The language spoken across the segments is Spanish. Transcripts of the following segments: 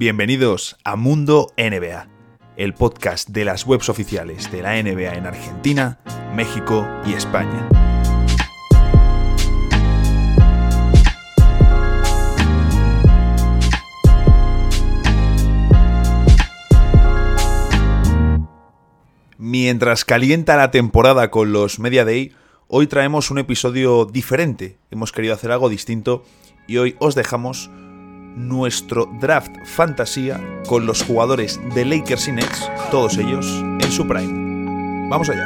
Bienvenidos a Mundo NBA, el podcast de las webs oficiales de la NBA en Argentina, México y España. Mientras calienta la temporada con los Media Day, hoy traemos un episodio diferente. Hemos querido hacer algo distinto y hoy os dejamos nuestro draft fantasía con los jugadores de Lakers y Nets, todos ellos en su prime. Vamos allá.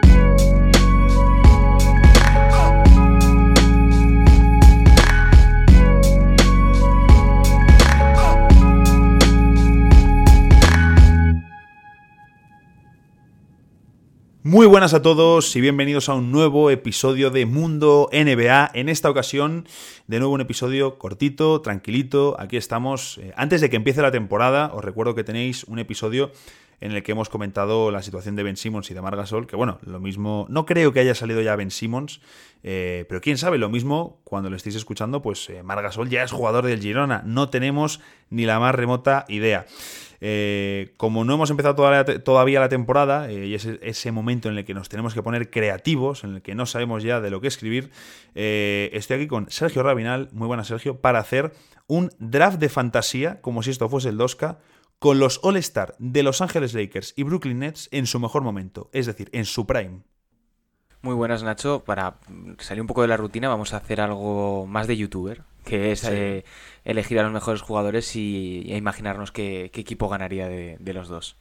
Muy buenas a todos y bienvenidos a un nuevo episodio de Mundo NBA. En esta ocasión, de nuevo un episodio cortito, tranquilito. Aquí estamos. Antes de que empiece la temporada, os recuerdo que tenéis un episodio en el que hemos comentado la situación de Ben Simmons y de Marc Gasol, que bueno, lo mismo, no creo que haya salido ya Ben Simmons, pero quién sabe, lo mismo, cuando lo estéis escuchando, pues Marc Gasol ya es jugador del Girona. No tenemos ni la más remota idea. Como no hemos empezado todavía la temporada y es ese momento en el que nos tenemos que poner creativos, en el que no sabemos ya de lo que escribir, estoy aquí con Sergio Rabinal, muy buenas Sergio, para hacer un draft de fantasía, como si esto fuese el 2K, con los All-Star de Los Ángeles Lakers y Brooklyn Nets en su mejor momento, es decir, en su prime. Muy buenas, Nacho. Para salir un poco de la rutina vamos a hacer algo más de youtuber, que es elegir a los mejores jugadores y imaginarnos qué equipo ganaría de los dos.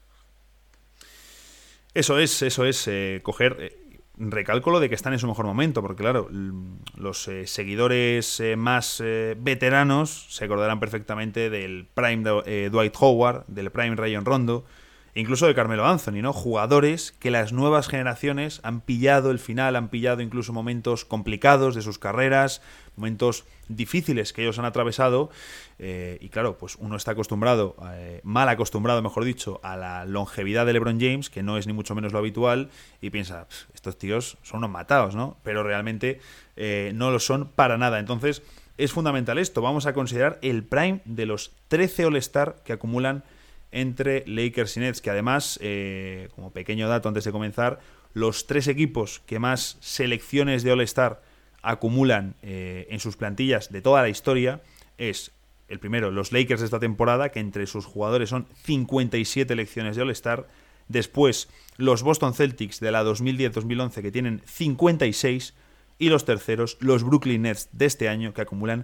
Eso es coger recálculo de que están en su mejor momento, porque claro, los seguidores más veteranos se acordarán perfectamente del prime de Dwight Howard, del prime Rajon Rondo, incluso de Carmelo Anthony, ¿no? Jugadores que las nuevas generaciones han pillado el final, han pillado incluso momentos complicados de sus carreras, momentos difíciles que ellos han atravesado, y claro, pues uno está acostumbrado, mal acostumbrado, mejor dicho, a la longevidad de LeBron James, que no es ni mucho menos lo habitual, y piensa, estos tíos son unos matados, ¿no? Pero realmente no lo son para nada. Entonces, es fundamental esto. Vamos a considerar el prime de los 13 All-Star que acumulan entre Lakers y Nets, que además, como pequeño dato antes de comenzar, los tres equipos que más selecciones de All-Star acumulan en sus plantillas de toda la historia es, el primero, los Lakers de esta temporada, que entre sus jugadores son 57 elecciones de All-Star. Después, los Boston Celtics de la 2010-2011, que tienen 56. Y los terceros, los Brooklyn Nets de este año, que acumulan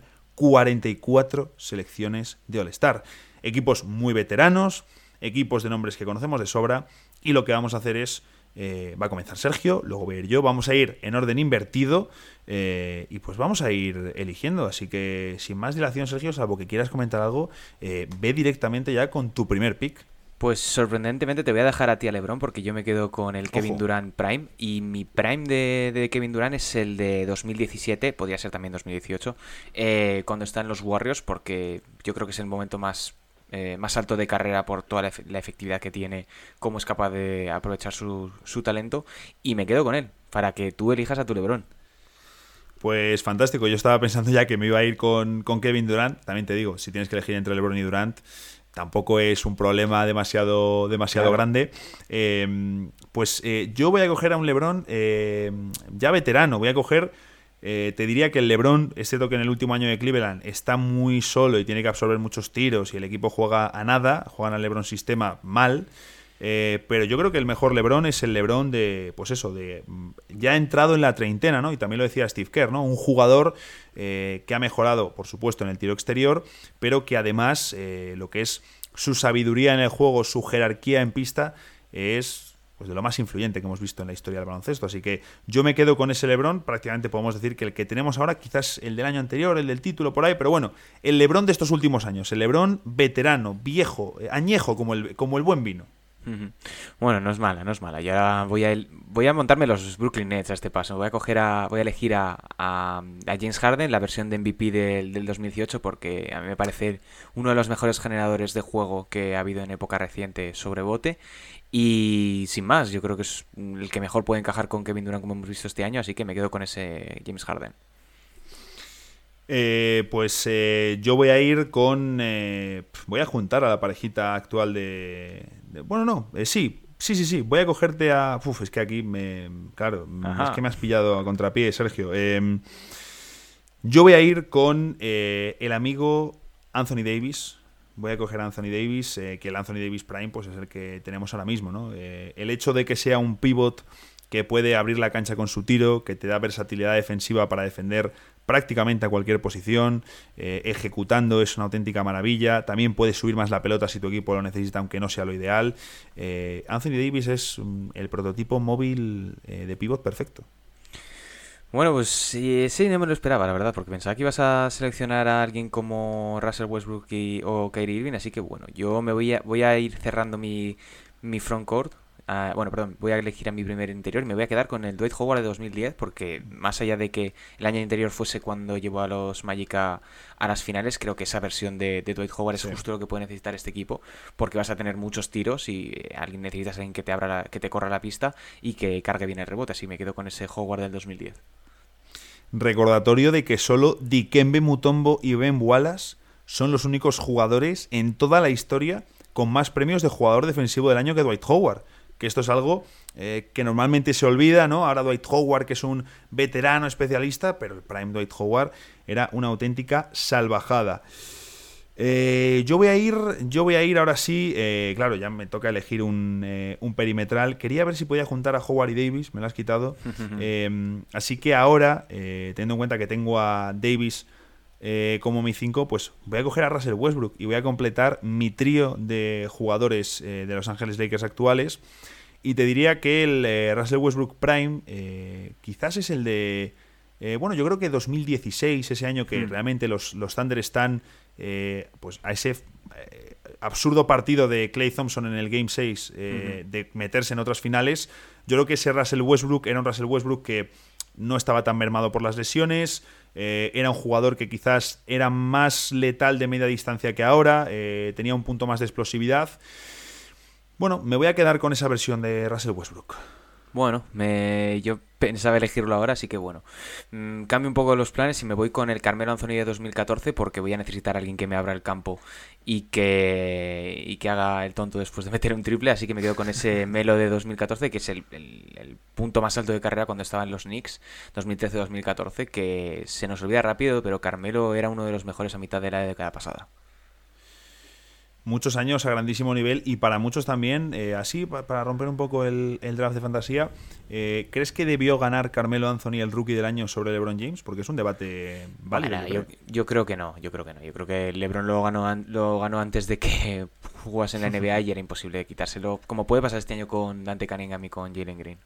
44 selecciones de All-Star. Equipos muy veteranos, equipos de nombres que conocemos de sobra, y lo que vamos a hacer es, va a comenzar Sergio, luego voy a ir yo, vamos a ir en orden invertido, y pues vamos a ir eligiendo. Así que sin más dilación, Sergio, salvo que quieras comentar algo, ve directamente ya con tu primer pick. Pues sorprendentemente te voy a dejar a ti a LeBron, porque yo me quedo con el Kevin Durant Prime, y mi Prime de Kevin Durant es el de 2017, podría ser también 2018, cuando está en los Warriors, porque yo creo que es el momento más alto de carrera por toda la efectividad que tiene, cómo es capaz de aprovechar su talento, y me quedo con él, para que tú elijas a tu LeBron. Pues fantástico, yo estaba pensando ya que me iba a ir con Kevin Durant. También te digo, si tienes que elegir entre LeBron y Durant, tampoco es un problema demasiado claro, grande. Yo voy a coger a un LeBron ya veterano. Voy a coger, te diría que el LeBron, es cierto que en el último año de Cleveland está muy solo y tiene que absorber muchos tiros y el equipo juega a nada, juegan al LeBron sistema mal. Pero yo creo que el mejor LeBron es el LeBron de, pues eso, de ya entrado en la treintena, ¿no? Y también lo decía Steve Kerr, ¿no? Un jugador que ha mejorado, por supuesto, en el tiro exterior, pero que además lo que es su sabiduría en el juego, su jerarquía en pista, es pues de lo más influyente que hemos visto en la historia del baloncesto. Así que yo me quedo con ese LeBron. Prácticamente podemos decir que el que tenemos ahora, quizás el del año anterior, el del título por ahí, pero bueno, el LeBron de estos últimos años, el LeBron veterano, viejo, añejo, como el buen vino. Bueno, no es mala. Y ahora voy a montarme los Brooklyn Nets a este paso. Voy a elegir a James Harden, la versión de MVP del 2018, porque a mí me parece uno de los mejores generadores de juego que ha habido en época reciente sobre bote. Y sin más, yo creo que es el que mejor puede encajar con Kevin Durant, como hemos visto este año, así que me quedo con ese James Harden. Yo voy a ir con... voy a juntar a la parejita actual bueno, no, sí. Sí. Voy a cogerte a... es que aquí Claro, Ajá. es que me has pillado a contrapié, Sergio. Yo voy a ir con el amigo Anthony Davis. Voy a coger a Anthony Davis, que el Anthony Davis Prime pues es el que tenemos ahora mismo, ¿no? El hecho de que sea un pivot que puede abrir la cancha con su tiro, que te da versatilidad defensiva para defender prácticamente a cualquier posición, ejecutando es una auténtica maravilla. También puedes subir más la pelota si tu equipo lo necesita, aunque no sea lo ideal. Anthony Davis es el prototipo móvil de pivot perfecto. Bueno, pues sí, no me lo esperaba, la verdad, porque pensaba que ibas a seleccionar a alguien como Russell Westbrook o Kyrie Irving, así que bueno, yo voy a ir cerrando mi frontcourt. Bueno, perdón, voy a elegir a mi primer interior y me voy a quedar con el Dwight Howard de 2010, porque más allá de que el año anterior fuese cuando llevó a los Magic a las finales, creo que esa versión de Dwight Howard es justo lo que puede necesitar este equipo, porque vas a tener muchos tiros y necesitas a alguien que que te corra la pista y que cargue bien el rebote, así me quedo con ese Howard del 2010. Recordatorio de que solo Dikembe Mutombo y Ben Wallace son los únicos jugadores en toda la historia con más premios de jugador defensivo del año que Dwight Howard. Que esto es algo que normalmente se olvida, ¿no? Ahora Dwight Howard, que es un veterano especialista, pero el prime Dwight Howard era una auténtica salvajada. Yo voy a ir ahora sí, claro, ya me toca elegir un perimetral. Quería ver si podía juntar a Howard y Davis, me lo has quitado. Así que ahora, teniendo en cuenta que tengo a Davis como mi 5, pues voy a coger a Russell Westbrook y voy a completar mi trío de jugadores de Los Ángeles Lakers actuales. Y te diría que el Russell Westbrook Prime quizás es el de... yo creo que 2016, ese año que realmente los Thunder están pues a ese absurdo partido de Klay Thompson en el Game 6 de meterse en otras finales. Yo creo que ese Russell Westbrook era un Russell Westbrook que no estaba tan mermado por las lesiones, era un jugador que quizás era más letal de media distancia que ahora, tenía un punto más de explosividad. Bueno, me voy a quedar con esa versión de Russell Westbrook. Bueno, yo pensaba elegirlo ahora, así que bueno. Cambio un poco los planes y me voy con el Carmelo Anthony de 2014 porque voy a necesitar a alguien que me abra el campo y que haga el tonto después de meter un triple, así que me quedo con ese Melo de 2014, que es el punto más alto de carrera cuando estaba en los Knicks, 2013-2014, que se nos olvida rápido, pero Carmelo era uno de los mejores a mitad de la década pasada. Muchos años a grandísimo nivel y para muchos también, así para romper un poco el draft de fantasía, ¿crees que debió ganar Carmelo Anthony el rookie del año sobre LeBron James? Porque es un debate válido. Bueno, yo creo que no, yo creo que LeBron lo ganó antes de que jugase en la NBA y era imposible quitárselo, como puede pasar este año con Dante Cunningham y con Jalen Green.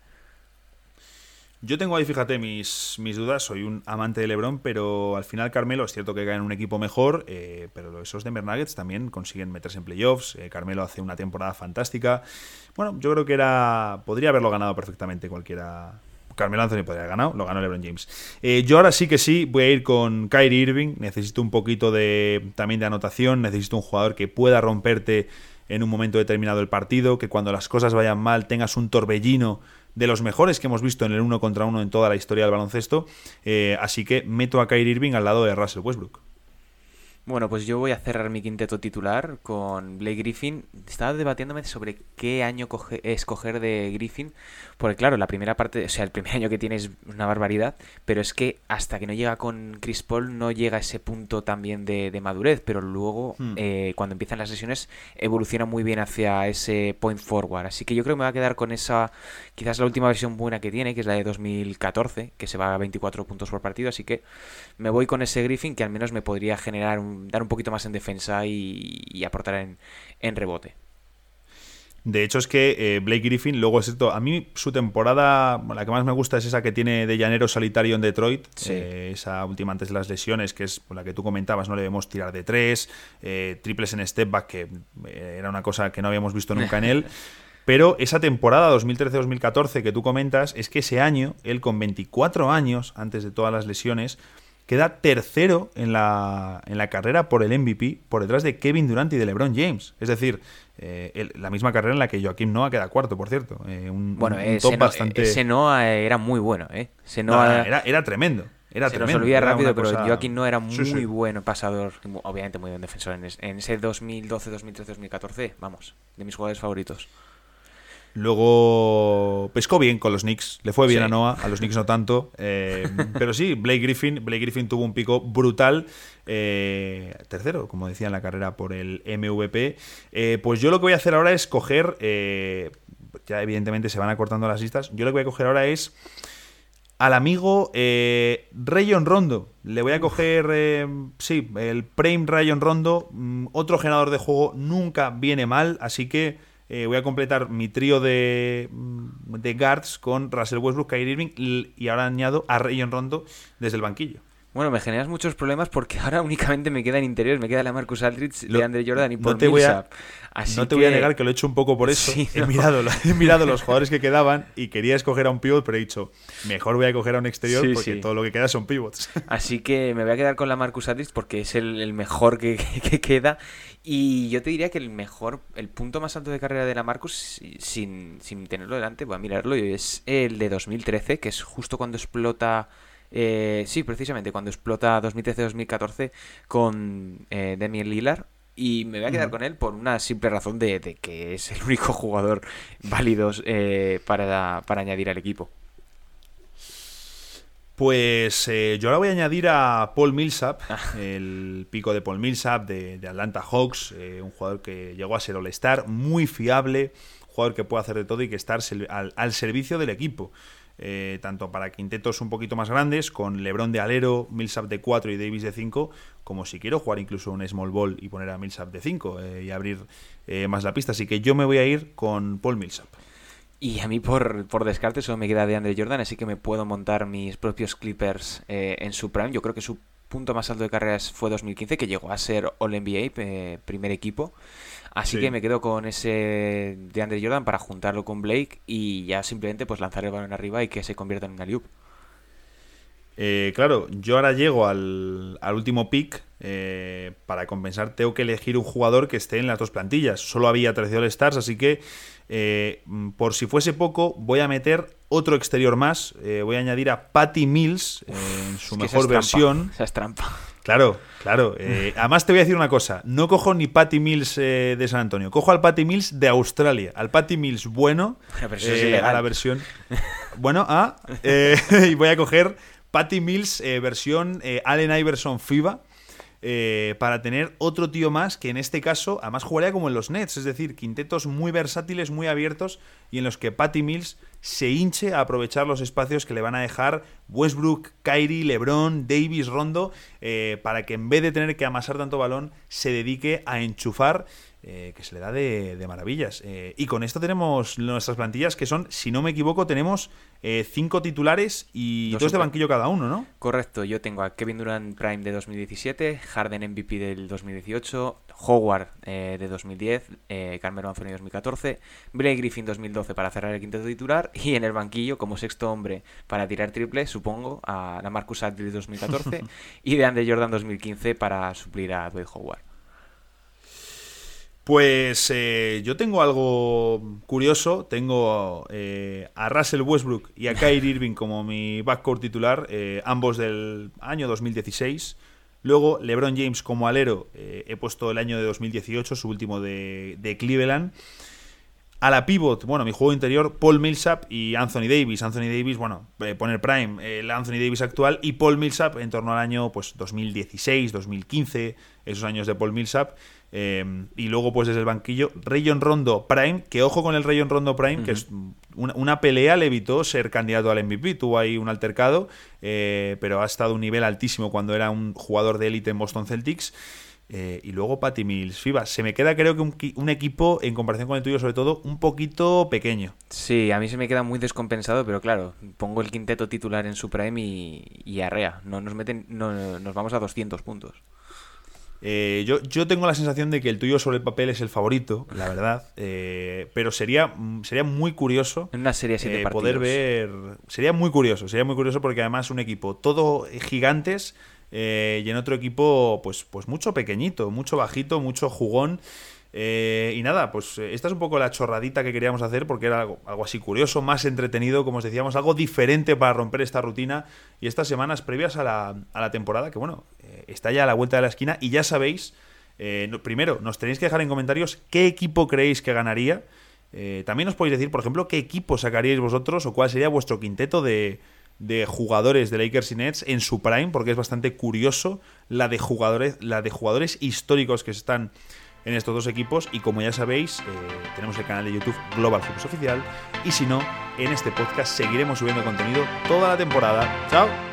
Yo tengo ahí, fíjate, mis dudas. Soy un amante de LeBron, pero al final Carmelo es cierto que cae en un equipo mejor, pero esos Denver Nuggets también consiguen meterse en playoffs. Carmelo hace una temporada fantástica. Bueno, yo creo que podría haberlo ganado perfectamente cualquiera. Carmelo Anthony podría haber ganado, lo ganó LeBron James. Yo ahora sí que sí, voy a ir con Kyrie Irving. Necesito un poquito también de anotación. Necesito un jugador que pueda romperte en un momento determinado el partido, que cuando las cosas vayan mal tengas un torbellino de los mejores que hemos visto en el 1 contra 1 en toda la historia del baloncesto. Así que meto a Kyrie Irving al lado de Russell Westbrook. Bueno, pues yo voy a cerrar mi quinteto titular con Blake Griffin. Estaba debatiéndome sobre qué año escoger de Griffin, porque claro, la primera parte, o sea, el primer año que tiene es una barbaridad, pero es que hasta que no llega con Chris Paul no llega a ese punto también de madurez, pero luego cuando empiezan las sesiones evoluciona muy bien hacia ese point forward, así que yo creo que me va a quedar con esa, quizás la última versión buena que tiene, que es la de 2014, que se va a 24 puntos por partido, así que me voy con ese Griffin que al menos me podría generar dar un poquito más en defensa y aportar en rebote. De hecho es que Blake Griffin, luego es esto, a mí su temporada, la que más me gusta es esa que tiene de llanero solitario en Detroit, sí. Esa última antes de las lesiones, que es la que tú comentabas, no le debemos tirar de 3, triples en step back, que era una cosa que no habíamos visto nunca en él. Pero esa temporada 2013-2014 que tú comentas, es que ese año, él con 24 años, antes de todas las lesiones, queda tercero en la carrera por el MVP, por detrás de Kevin Durant y de LeBron James. Es decir, la misma carrera en la que Joakim Noah queda cuarto, por cierto. Un top bastante... Ese Noah era muy bueno, ¿eh? Era tremendo. Era Se tremendo. nos olvida era rápido, una pero cosa... Joaquín no era Sí, sí. muy bueno pasador, obviamente muy buen defensor en ese 2012, 2013, 2014, vamos, de mis jugadores favoritos. Luego pescó bien con los Knicks, le fue bien Sí. a Noah, a los Knicks no tanto, pero sí, Blake Griffin tuvo un pico brutal, tercero, como decía en la carrera por el MVP. Pues yo lo que voy a hacer ahora es coger, ya evidentemente se van acortando las listas, yo lo que voy a coger ahora es al amigo Rayon Rondo. Le voy a coger, sí, el Prime Rayon Rondo, otro generador de juego nunca viene mal, así que voy a completar mi trío de guards con Russell Westbrook, Kyrie Irving y ahora añado a Rayon Rondo desde el banquillo. Bueno, me generas muchos problemas porque ahora únicamente me quedan interiores, me queda la Marcus Aldridge, Lo- DeAndre Jordan y no Paul te voy a- Millsap. Así No te voy a negar que lo he hecho un poco por eso. Sí, He no. mirado los jugadores que quedaban y quería escoger a un pivot, pero he dicho, mejor voy a coger a un exterior Sí, porque sí. todo lo que queda son pivots. Así que me voy a quedar con la Marcus Aldridge porque es el mejor que queda. Y yo te diría que el punto más alto de carrera de la Marcus, sin tenerlo delante, voy a mirarlo, y es el de 2013, que es justo cuando explota. Sí, precisamente cuando explota 2013-2014 con Damian Lillard. Y me voy a quedar con él por una simple razón de que es el único jugador válido para añadir al equipo. Pues yo ahora voy a añadir a Paul Millsap, el pico de Paul Millsap de Atlanta Hawks, un jugador que llegó a ser All-Star, muy fiable, jugador que puede hacer de todo y que está al servicio del equipo. Tanto para quintetos un poquito más grandes, con LeBron de alero, Millsap de 4 y Davis de 5, como si quiero jugar incluso un small ball y poner a Millsap de 5 y abrir más la pista. Así que yo me voy a ir con Paul Millsap. Y a mí por descarte solo me queda DeAndre Jordan, así que me puedo montar mis propios Clippers en su prime. Yo creo que su punto más alto de carreras fue 2015, que llegó a ser All-NBA, primer equipo. Así Sí. que me quedo con ese DeAndre Jordan para juntarlo con Blake y ya simplemente pues lanzar el balón arriba y que se convierta en una alley-oop. Claro, yo ahora llego al último pick. Para compensar tengo que elegir un jugador que esté en las dos plantillas. Solo había 13 All-Stars, así que por si fuese poco voy a meter otro exterior más. Voy a añadir a Patty Mills en su mejor versión. Esa es trampa. Claro. Además te voy a decir una cosa. No cojo ni Patty Mills de San Antonio. Cojo al Patty Mills de Australia. Al Patty Mills bueno. Pero eso es ilegal. A la versión... Bueno, y voy a coger Patty Mills versión Allen Iverson FIBA. Para tener otro tío más que en este caso además jugaría como en los Nets, es decir, quintetos muy versátiles, muy abiertos y en los que Patty Mills se hinche a aprovechar los espacios que le van a dejar Westbrook, Kyrie, LeBron, Davis, Rondo, para que en vez de tener que amasar tanto balón se dedique a enchufar, que se le da de maravillas. Y con esto tenemos nuestras plantillas que son, si no me equivoco, tenemos 5 titulares y 2 de banquillo cada uno, ¿no? Correcto, yo tengo a Kevin Durant Prime de 2017, Harden MVP del 2018, Howard de 2010, Carmelo Anthony 2014, Blake Griffin 2012 para cerrar el quinteto titular y en el banquillo como sexto hombre para tirar triple, supongo, a la Marcus Aldridge 2014 y de DeAndre Jordan 2015 para suplir a Dwight Howard. Pues yo tengo algo curioso. Tengo a Russell Westbrook y a Kyrie Irving como mi backcourt titular, ambos del año 2016. Luego LeBron James como alero, he puesto el año de 2018, su último de Cleveland. A la pivot, bueno, mi juego interior, Paul Millsap y Anthony Davis. Anthony Davis, bueno, poner prime, el Anthony Davis actual, y Paul Millsap en torno al año pues 2016, 2015, esos años de Paul Millsap. Y luego, pues desde el banquillo, Rayon Rondo Prime, que ojo con el Rayon Rondo Prime, que es una pelea, le evitó ser candidato al MVP. Tuvo ahí un altercado, pero ha estado a un nivel altísimo cuando era un jugador de élite en Boston Celtics. Y luego Patty Mills FIBA. Se me queda, creo que un equipo, en comparación con el tuyo, sobre todo, un poquito pequeño. Sí, a mí se me queda muy descompensado, pero claro, pongo el quinteto titular en su prime y arrea. No nos vamos a 200 puntos. Yo tengo la sensación de que el tuyo sobre el papel es el favorito, la verdad. Pero sería muy curioso En una serie de 7 partidos. poder ver. Sería muy curioso porque además un equipo todo gigantes. Y en otro equipo, pues mucho pequeñito, mucho bajito, mucho jugón. Y nada, pues esta es un poco la chorradita que queríamos hacer porque era algo así curioso, más entretenido, como os decíamos, algo diferente para romper esta rutina y estas semanas previas a la temporada, que bueno, está ya a la vuelta de la esquina y ya sabéis, primero, nos tenéis que dejar en comentarios qué equipo creéis que ganaría. También os podéis decir, por ejemplo, qué equipo sacaríais vosotros o cuál sería vuestro quinteto de jugadores de Lakers y Nets en su prime, porque es bastante curioso la de jugadores históricos que están en estos dos equipos. Y como ya sabéis, tenemos el canal de YouTube Global Focus Oficial, y si no, en este podcast seguiremos subiendo contenido toda la temporada. ¡Chao!